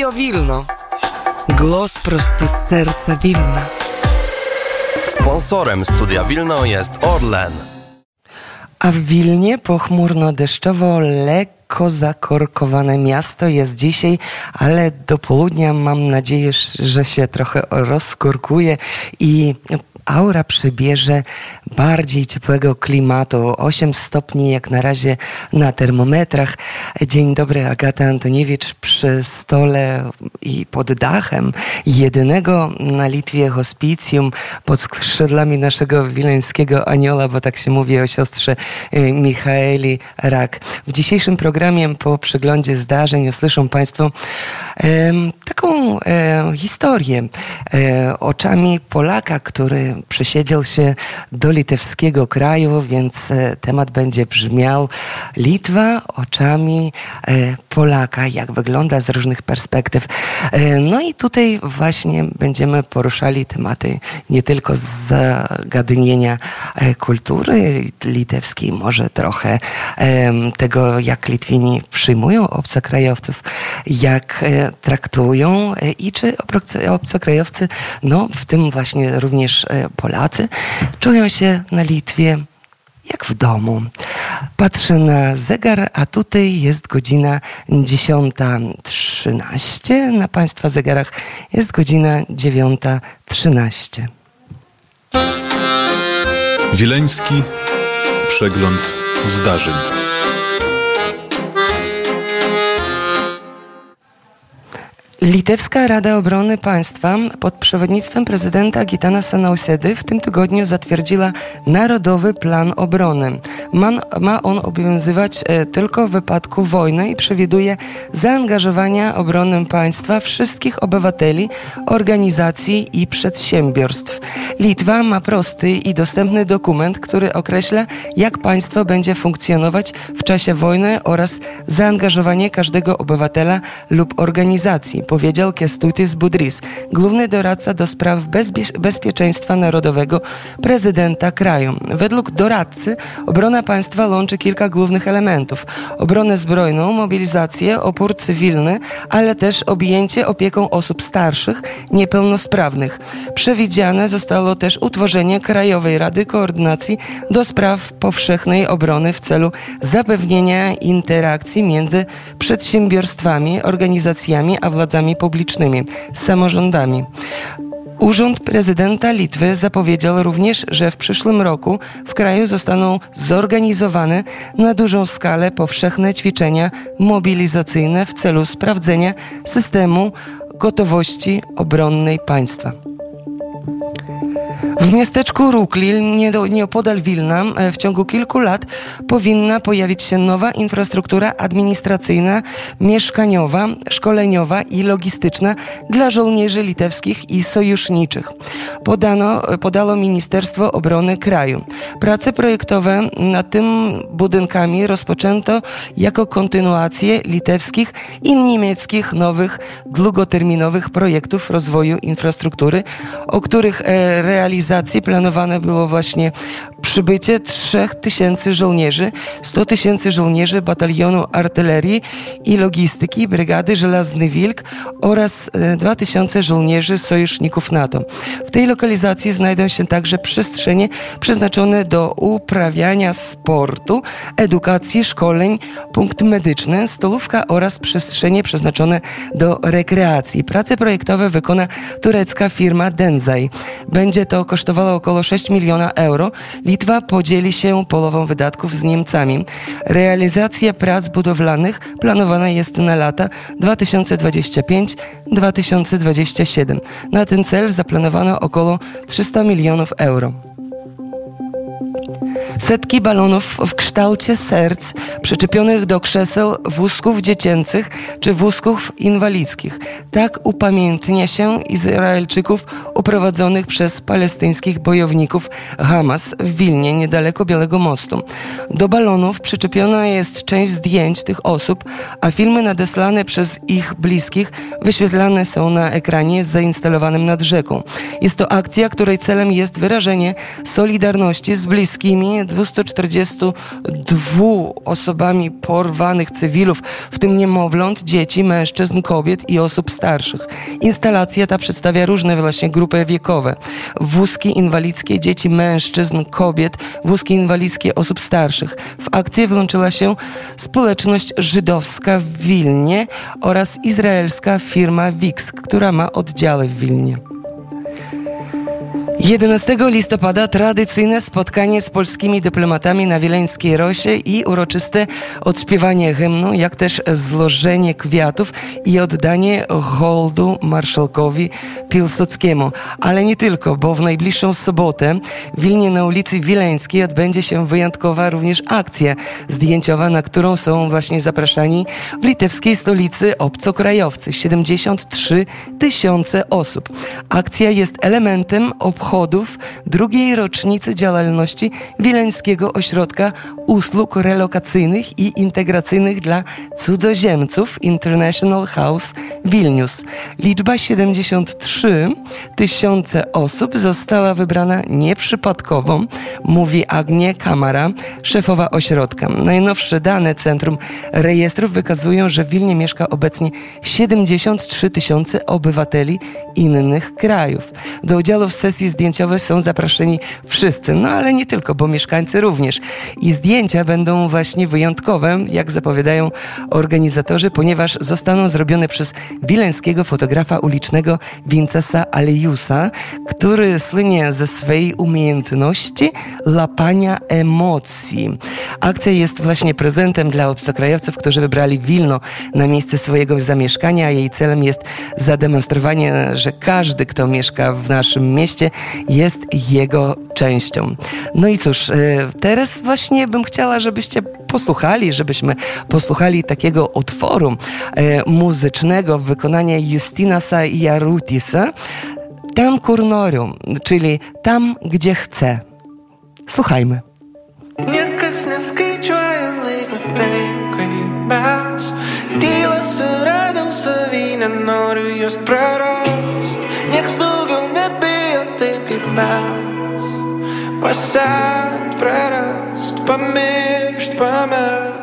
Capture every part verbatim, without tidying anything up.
Radio Wilno. Głos prosto z serca Wilna. Sponsorem Studia Wilno jest Orlen. A w Wilnie pochmurno-deszczowo lekko zakorkowane miasto jest dzisiaj, ale do południa mam nadzieję, że się trochę rozkorkuje i aura przybierze bardziej ciepłego klimatu. osiem stopni jak na razie na termometrach. Dzień dobry, Agata Antoniewicz przy stole i pod dachem jedynego na Litwie hospicjum pod skrzydłami naszego wileńskiego anioła, bo tak się mówi o siostrze Michaeli Rak. W dzisiejszym programie po przeglądzie zdarzeń usłyszą Państwo e, taką e, historię e, oczami Polaka, który przesiedział się do litewskiego kraju, więc temat będzie brzmiał Litwa oczami Polaka, jak wygląda z różnych perspektyw. No i tutaj właśnie będziemy poruszali tematy nie tylko z zagadnienia kultury litewskiej, może trochę tego, jak Litwini przyjmują obcokrajowców, jak traktują i czy obcokrajowcy, no w tym właśnie również Polacy, czują się na Litwie jak w domu. Patrzę na zegar, a tutaj jest godzina dziesiąta trzynaście. Na Państwa zegarach jest godzina dziewiąta trzynaście. Wileński przegląd zdarzeń. Litewska Rada Obrony Państwa pod przewodnictwem prezydenta Gitanas Nausedy w tym tygodniu zatwierdziła Narodowy Plan Obrony. Man, ma on obowiązywać e, tylko w wypadku wojny i przewiduje zaangażowania obrony państwa wszystkich obywateli, organizacji i przedsiębiorstw. Litwa ma prosty i dostępny dokument, który określa, jak państwo będzie funkcjonować w czasie wojny oraz zaangażowanie każdego obywatela lub organizacji, powiedział Kęstutis Budrys, główny doradca do spraw bezbie- bezpieczeństwa narodowego prezydenta kraju. Według doradcy obrona państwa łączy kilka głównych elementów. Obronę zbrojną, mobilizację, opór cywilny, ale też objęcie opieką osób starszych, niepełnosprawnych. Przewidziane zostało też utworzenie Krajowej Rady Koordynacji do spraw powszechnej obrony w celu zapewnienia interakcji między przedsiębiorstwami, organizacjami a władzami publicznymi, samorządami. Urząd prezydenta Litwy zapowiedział również, że w przyszłym roku w kraju zostaną zorganizowane na dużą skalę powszechne ćwiczenia mobilizacyjne w celu sprawdzenia systemu gotowości obronnej państwa. W miasteczku Ruklil, nieopodal Wilna, w ciągu kilku lat powinna pojawić się nowa infrastruktura administracyjna, mieszkaniowa, szkoleniowa i logistyczna dla żołnierzy litewskich i sojuszniczych. Podano, podało Ministerstwo Obrony kraju. Prace projektowe nad tym budynkami rozpoczęto jako kontynuację litewskich i niemieckich nowych, długoterminowych projektów rozwoju infrastruktury, o których realizacji planowane było właśnie przybycie trzech tysięcy żołnierzy, sto tysięcy żołnierzy batalionu artylerii i logistyki Brygady Żelazny Wilk oraz dwa tysiące żołnierzy sojuszników NATO. W tej lokalizacji znajdą się także przestrzenie przeznaczone do uprawiania sportu, edukacji, szkoleń, punkt medyczny, stolówka oraz przestrzenie przeznaczone do rekreacji. Prace projektowe wykona turecka firma Denzai. Będzie to kosztowało około sześć milionów euro. Litwa podzieli się połową wydatków z Niemcami. Realizacja prac budowlanych planowana jest na lata dwa tysiące dwudziesty piąty do dwa tysiące dwudziestego siódmego. Na ten cel zaplanowano około trzysta milionów euro. Setki balonów w kształcie serc przyczepionych do krzeseł wózków dziecięcych czy wózków inwalidzkich. Tak upamiętnia się Izraelczyków uprowadzonych przez palestyńskich bojowników Hamas w Wilnie, niedaleko Białego Mostu. Do balonów przyczepiona jest część zdjęć tych osób, a filmy nadesłane przez ich bliskich wyświetlane są na ekranie zainstalowanym nad rzeką. Jest to akcja, której celem jest wyrażenie solidarności z bliskimi dwieście czterdzieści dwa osobami porwanych cywilów, w tym niemowląt, dzieci, mężczyzn, kobiet i osób starszych. Instalacja ta przedstawia różne właśnie grupy wiekowe. Wózki inwalidzkie dzieci, mężczyzn, kobiet, wózki inwalidzkie osób starszych. W akcję włączyła się społeczność żydowska w Wilnie oraz izraelska firma Wix, która ma oddziały w Wilnie. jedenastego listopada tradycyjne spotkanie z polskimi dyplomatami na Wileńskiej Rosie i uroczyste odśpiewanie hymnu, jak też złożenie kwiatów i oddanie hołdu marszałkowi Piłsudskiemu. Ale nie tylko, bo w najbliższą sobotę w Wilnie na ulicy Wileńskiej odbędzie się wyjątkowa również akcja zdjęciowa, na którą są właśnie zapraszani w litewskiej stolicy obcokrajowcy. siedemdziesiąt trzy tysiące osób. Akcja jest elementem obchodów drugiej rocznicy działalności Wileńskiego Ośrodka Usług Relokacyjnych i Integracyjnych dla Cudzoziemców International House Vilnius. Liczba siedemdziesiąt trzy tysiące osób została wybrana nieprzypadkowo, mówi Agnie Kamara, szefowa ośrodka. Najnowsze dane Centrum Rejestrów wykazują, że w Wilnie mieszka obecnie siedemdziesiąt trzy tysiące obywateli innych krajów. Do udziału w sesji zdjęciowej są zaproszeni wszyscy, no ale nie tylko, bo mieszkańcy również. I zdjęcia będą właśnie wyjątkowe, jak zapowiadają organizatorzy, ponieważ zostaną zrobione przez wileńskiego fotografa ulicznego Vincesa Aliusa, który słynie ze swej umiejętności łapania emocji. Akcja jest właśnie prezentem dla obcokrajowców, którzy wybrali Wilno na miejsce swojego zamieszkania. Jej celem jest zademonstrowanie, że każdy, kto mieszka w naszym mieście, jest jego częścią. No i cóż, teraz właśnie bym chciała, żebyście posłuchali, żebyśmy posłuchali takiego utworu muzycznego w wykonaniu Justinasa Jarutisa, Ten kur noriu, czyli tam, gdzie chcę. Słuchajmy. Niekas neskaičiuoja laiko, taip kaip mes. Tylą suradau savy, nenoriu jos prarast. Nieks daugiau nebijo taip kaip mes. Pasent, prarast, pamiršt, pamest.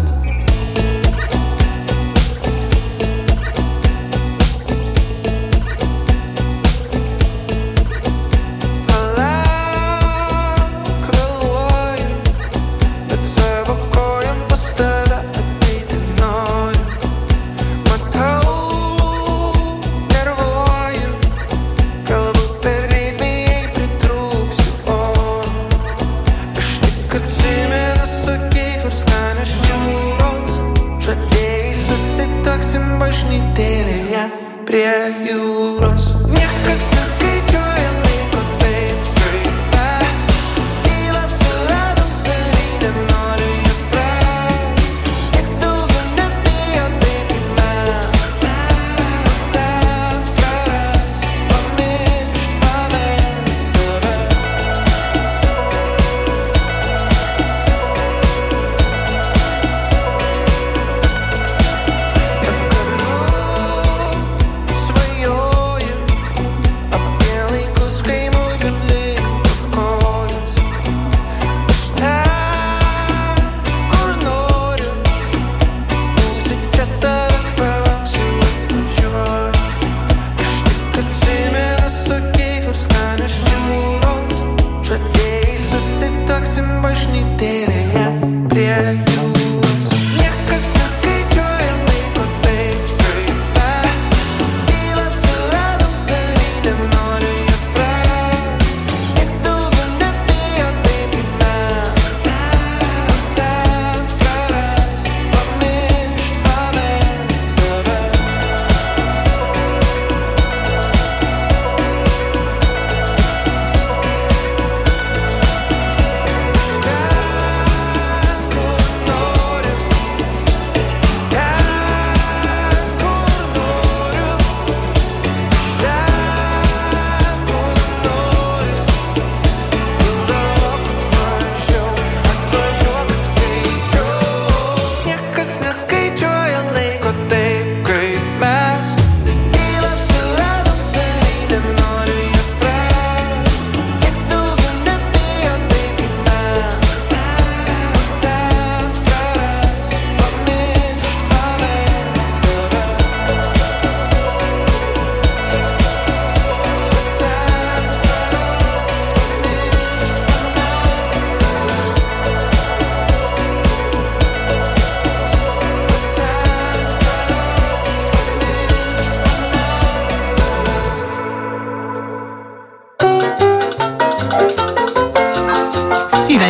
Prie jūros niekas neskaičiuoja laiko taip kaip mes. Tylą suradau savy, nenoriu jos prarast. Nieks daugiau nebijo taip kaip mes. Pasent, prarast, pamiršt, pamest save. Apkabinu, svajoju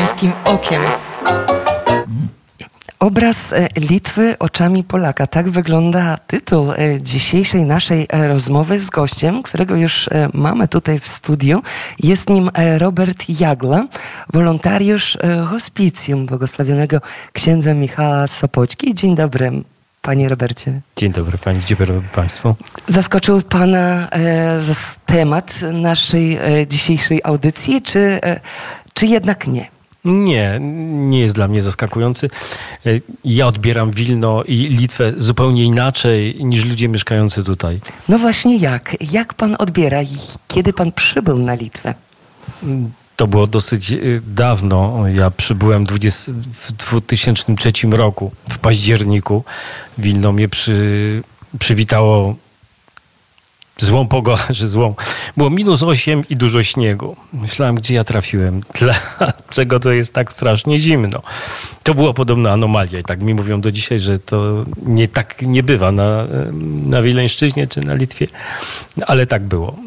litewskim okiem. Obraz e, Litwy oczami Polaka. Tak wygląda tytuł e, dzisiejszej naszej e, rozmowy z gościem, którego już e, mamy tutaj w studiu. Jest nim e, Robert Jagla, wolontariusz e, hospicjum błogosławionego księdza Michała Sopoćki. Dzień dobry, panie Robercie. Dzień dobry pani, dzień dobry państwu. Zaskoczył pana e, z temat naszej e, dzisiejszej audycji, czy, e, czy jednak nie? Nie, nie jest dla mnie zaskakujący. Ja odbieram Wilno i Litwę zupełnie inaczej niż ludzie mieszkający tutaj. No właśnie jak? Jak pan odbiera i kiedy pan przybył na Litwę? To było dosyć dawno. Ja przybyłem w dwa tysiące trzecim roku, w październiku. Wilno mnie przy, przywitało złą pogodę, że złą. Było minus osiem i dużo śniegu. Myślałem, gdzie ja trafiłem. Dlaczego to jest tak strasznie zimno? To była podobna anomalia i tak mi mówią do dzisiaj, że to nie tak nie bywa na, na Wileńszczyźnie czy na Litwie, ale tak było.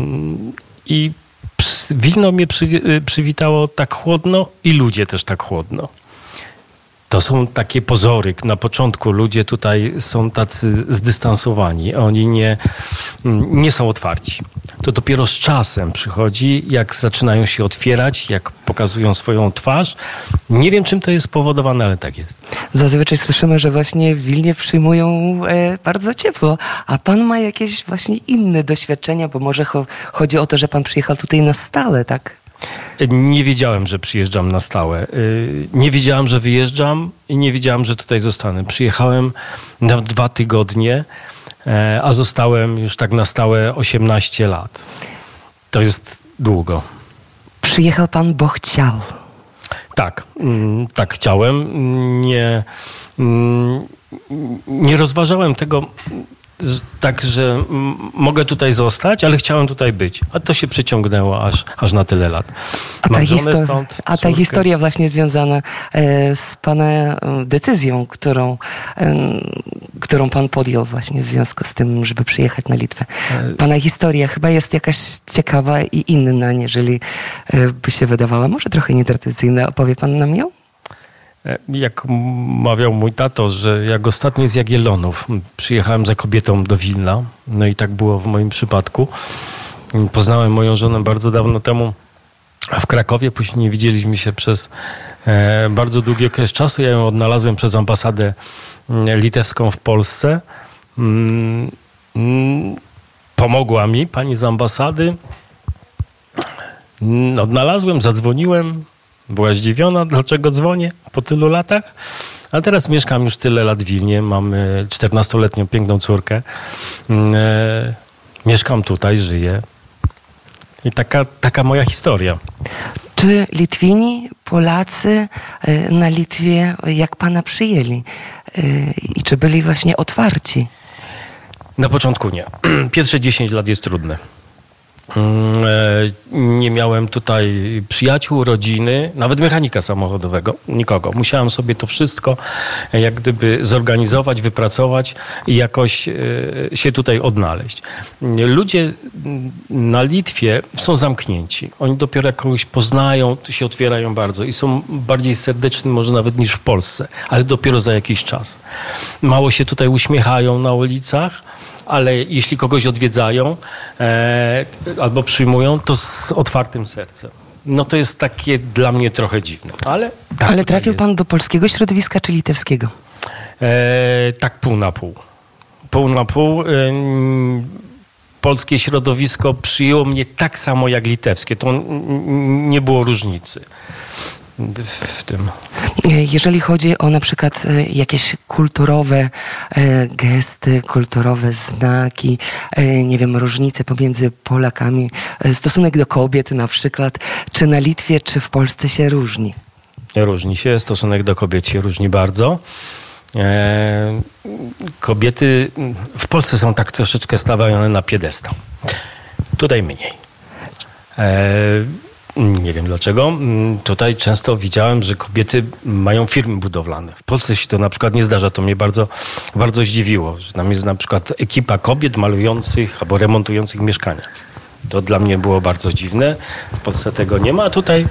I Wilno mnie przy, przywitało tak chłodno i ludzie też tak chłodno. To są takie pozory. Na początku ludzie tutaj są tacy zdystansowani. Oni nie, nie są otwarci. To dopiero z czasem przychodzi, jak zaczynają się otwierać, jak pokazują swoją twarz. Nie wiem, czym to jest spowodowane, ale tak jest. Zazwyczaj słyszymy, że właśnie w Wilnie przyjmują e, bardzo ciepło, a pan ma jakieś właśnie inne doświadczenia, bo może cho- chodzi o to, że pan przyjechał tutaj na stałe, tak? Nie wiedziałem, że przyjeżdżam na stałe. Nie wiedziałem, że wyjeżdżam i nie wiedziałem, że tutaj zostanę. Przyjechałem na dwa tygodnie, a zostałem już tak na stałe osiemnaście lat. To jest długo. Przyjechał pan, bo chciał. Tak, tak chciałem. Nie, nie rozważałem tego tak, że m- mogę tutaj zostać, ale chciałem tutaj być. A to się przeciągnęło aż, aż na tyle lat. A ta, Mam żonę histor- stąd, a ta córkę. historia właśnie związana e, z pana e, decyzją, którą, e, którą pan podjął właśnie w związku z tym, żeby przyjechać na Litwę. Pana historia chyba jest jakaś ciekawa i inna, niżeli e, by się wydawała. Może trochę nietradycyjna. Opowie pan nam ją? Jak mawiał mój tato, że jak ostatni z Jagiellonów przyjechałem za kobietą do Wilna, no i tak było w moim przypadku. Poznałem moją żonę bardzo dawno temu w Krakowie, później nie widzieliśmy się przez e, bardzo długi okres czasu. Ja ją odnalazłem przez ambasadę litewską w Polsce. Mm, mm, pomogła mi pani z ambasady. Mm, odnalazłem, zadzwoniłem. Była zdziwiona, dlaczego dzwonię po tylu latach. A teraz mieszkam już tyle lat w Wilnie. Mam czternastoletnią piękną córkę. E, mieszkam tutaj, żyję. I taka, taka moja historia. Czy Litwini, Polacy e, na Litwie jak pana przyjęli? E, I czy byli właśnie otwarci? Na początku nie. Pierwsze dziesięć lat jest trudne. Nie miałem tutaj przyjaciół, rodziny, nawet mechanika samochodowego, nikogo. Musiałem sobie to wszystko jak gdyby zorganizować, wypracować i jakoś się tutaj odnaleźć. Ludzie na Litwie są zamknięci. Oni dopiero jak kogoś poznają, to się otwierają bardzo i są bardziej serdeczni może nawet niż w Polsce, ale dopiero za jakiś czas. Mało się tutaj uśmiechają na ulicach, ale jeśli kogoś odwiedzają e, albo przyjmują, to z otwartym sercem. No to jest takie dla mnie trochę dziwne. Ale, tak ale trafił jest. pan do polskiego środowiska czy litewskiego? E, tak pół na pół. Pół na pół. E, polskie środowisko przyjęło mnie tak samo jak litewskie. To n- nie było różnicy w tym. Jeżeli chodzi o na przykład jakieś kulturowe gesty, kulturowe znaki, nie wiem, różnice pomiędzy Polakami, stosunek do kobiet na przykład, czy na Litwie, czy w Polsce się różni? Różni się, stosunek do kobiet się różni bardzo. E, kobiety w Polsce są tak troszeczkę stawiane na piedestał. Tutaj mniej. E, Nie wiem dlaczego. Tutaj często widziałem, że kobiety mają firmy budowlane. W Polsce się to na przykład nie zdarza. To mnie bardzo, bardzo zdziwiło, że tam jest na przykład ekipa kobiet malujących albo remontujących mieszkania. To dla mnie było bardzo dziwne. W Polsce tego nie ma, a tutaj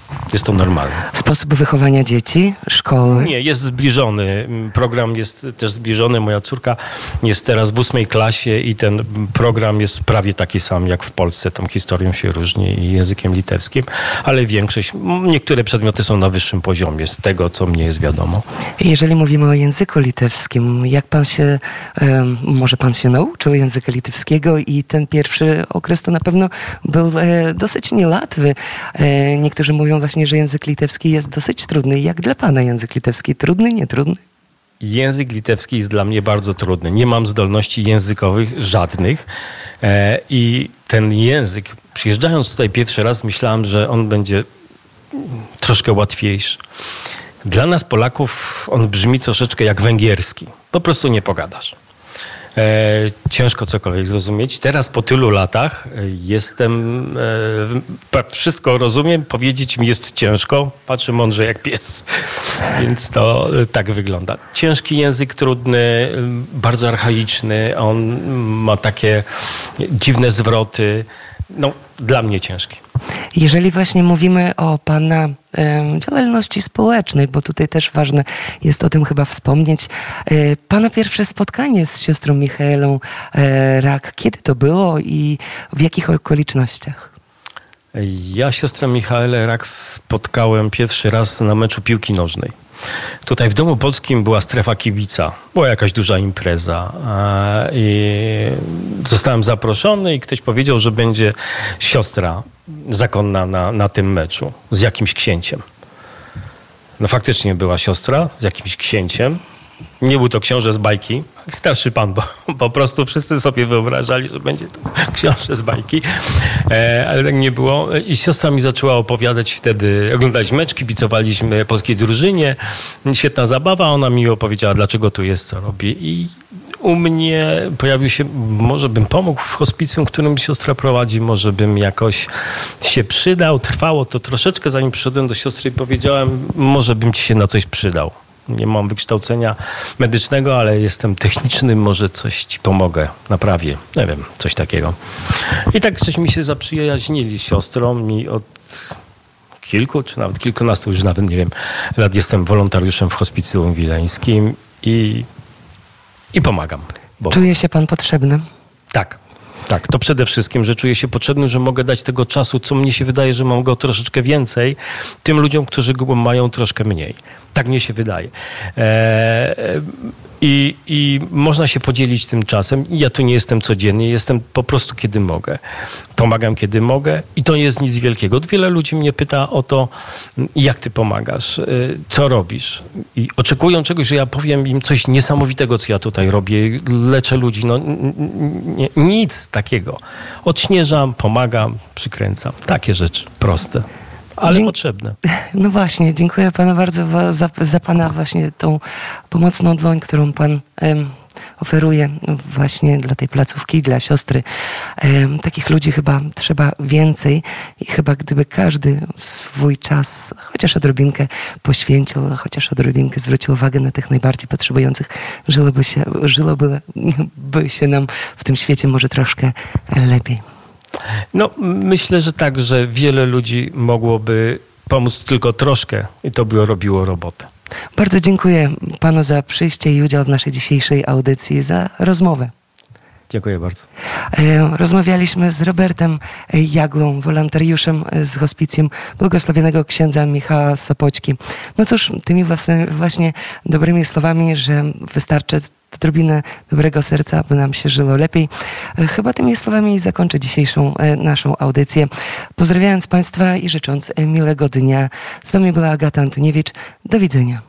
Jest to normalne. Sposób wychowania dzieci, szkoły. Nie, jest zbliżony. Program jest też zbliżony. Moja córka jest teraz w ósmej klasie i ten program jest prawie taki sam jak w Polsce. Tam historią się różni i językiem litewskim, ale większość, niektóre przedmioty są na wyższym poziomie z tego, co mnie jest wiadomo. Jeżeli mówimy o języku litewskim, jak pan się, um, może pan się nauczył języka litewskiego i ten pierwszy okres to na pewno był e, dosyć niełatwy. E, niektórzy mówią właśnie, że język litewski jest dosyć trudny. Jak dla pana język litewski? Trudny, nietrudny? Język litewski jest dla mnie bardzo trudny. Nie mam zdolności językowych żadnych e, i ten język, przyjeżdżając tutaj pierwszy raz, myślałem, że on będzie troszkę łatwiejszy. Dla nas Polaków on brzmi troszeczkę jak węgierski. Po prostu nie pogadasz. E, ciężko cokolwiek zrozumieć. Teraz po tylu latach jestem, e, wszystko rozumiem, powiedzieć mi jest ciężko, patrzę mądrze jak pies. Więc to e, tak wygląda. Ciężki język, trudny, bardzo archaiczny, on ma takie dziwne zwroty. No, dla mnie ciężki. Jeżeli właśnie mówimy o pana e, działalności społecznej, bo tutaj też ważne jest o tym chyba wspomnieć. E, pana pierwsze spotkanie z siostrą Michaelą e, Rak, kiedy to było i w jakich okolicznościach? Ja siostrę Michaelę Rak spotkałem pierwszy raz na meczu piłki nożnej. Tutaj w Domu Polskim była strefa kibica. Była jakaś duża impreza i zostałem zaproszony i ktoś powiedział, że będzie siostra zakonna na, na tym meczu z jakimś księciem. No faktycznie była siostra z jakimś księciem. Nie był to książę z bajki, starszy pan, bo po prostu wszyscy sobie wyobrażali, że będzie to książę z bajki, e, ale tak nie było. I siostra mi zaczęła opowiadać wtedy, oglądać mecz, kibicowaliśmy polskiej drużynie, świetna zabawa, ona mi opowiedziała, dlaczego tu jest, co robi. I u mnie pojawił się, może bym pomógł w hospicjum, którym siostra prowadzi, może bym jakoś się przydał. Trwało to troszeczkę, zanim przyszedłem do siostry i powiedziałem, może bym ci się na coś przydał. Nie mam wykształcenia medycznego, ale jestem technicznym, może coś ci pomogę, naprawię, nie wiem, coś takiego. I tak żeśmy mi się zaprzyjaźnili z siostrą i od kilku, czy nawet kilkunastu, już nawet nie wiem, lat jestem wolontariuszem w hospicjum wileńskim i, i pomagam. Bo... Czuje się pan potrzebny? Tak. Tak, to przede wszystkim, że czuję się potrzebny, że mogę dać tego czasu, co mnie się wydaje, że mam go troszeczkę więcej, tym ludziom, którzy go mają troszkę mniej. Tak mnie się wydaje. Eee, i, I można się podzielić tym czasem. Ja tu nie jestem codziennie, jestem po prostu kiedy mogę. Pomagam kiedy mogę i to jest nic wielkiego. Wiele ludzi mnie pyta o to, jak ty pomagasz, co robisz. I oczekują czegoś, że ja powiem im coś niesamowitego, co ja tutaj robię. Leczę ludzi. No, nie, nic takiego. Odśnieżam, pomagam, przykręcam. Takie rzeczy proste. Ale Dzie- potrzebne. No właśnie, dziękuję panu bardzo wa- za, za pana właśnie tą pomocną dłoń, którą pan em, oferuje właśnie dla tej placówki, dla siostry. Em, takich ludzi chyba trzeba więcej i chyba gdyby każdy swój czas chociaż odrobinkę poświęcił, chociaż odrobinkę zwrócił uwagę na tych najbardziej potrzebujących, żyłoby się, żyłoby by się nam w tym świecie może troszkę lepiej. No, myślę, że tak, że wiele ludzi mogłoby pomóc tylko troszkę i to by robiło robotę. Bardzo dziękuję panu za przyjście i udział w naszej dzisiejszej audycji, za rozmowę. Dziękuję bardzo. E, Rozmawialiśmy z Robertem Jaglą, wolontariuszem z hospicjum błogosławionego księdza Michała Sopoćki. No cóż, tymi własnymi, właśnie dobrymi słowami, że wystarczy odrobinę dobrego serca, aby nam się żyło lepiej. E, Chyba tymi słowami zakończę dzisiejszą e, naszą audycję. Pozdrawiając państwa i życząc e, miłego dnia. Z wami była Agata Antoniewicz. Do widzenia.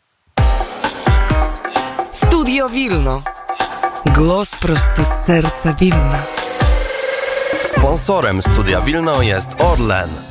Studio Wilno. Głos prosto z serca Wilna. Sponsorem Studia Wilno jest Orlen.